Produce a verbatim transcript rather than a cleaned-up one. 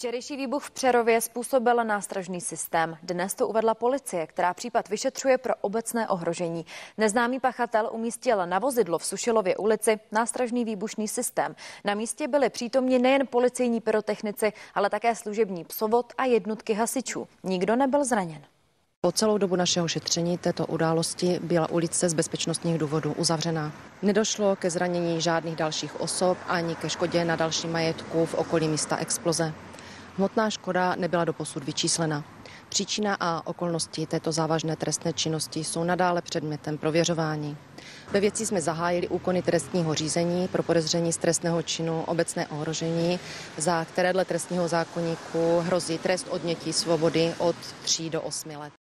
Včerejší výbuch v Přerově způsobil nástražný systém. Dnes to uvedla policie, která případ vyšetřuje pro obecné ohrožení. Neznámý pachatel umístil na vozidlo v Sušilově ulici nástražný výbušný systém. Na místě byli přítomni nejen policejní pyrotechnici, ale také služební psovod a jednotky hasičů. Nikdo nebyl zraněn. Po celou dobu našeho šetření této události byla ulice z bezpečnostních důvodů uzavřená. Nedošlo ke zranění žádných dalších osob ani ke škodě na dalším majetku v okolí místa exploze. Hmotná škoda nebyla doposud vyčíslena. Příčina a okolnosti této závažné trestné činnosti jsou nadále předmětem prověřování. Ve věci jsme zahájili úkony trestního řízení pro podezření z trestného činu obecné ohrožení, za které dle trestního zákoníku hrozí trest odnětí svobody od tří do osmi let.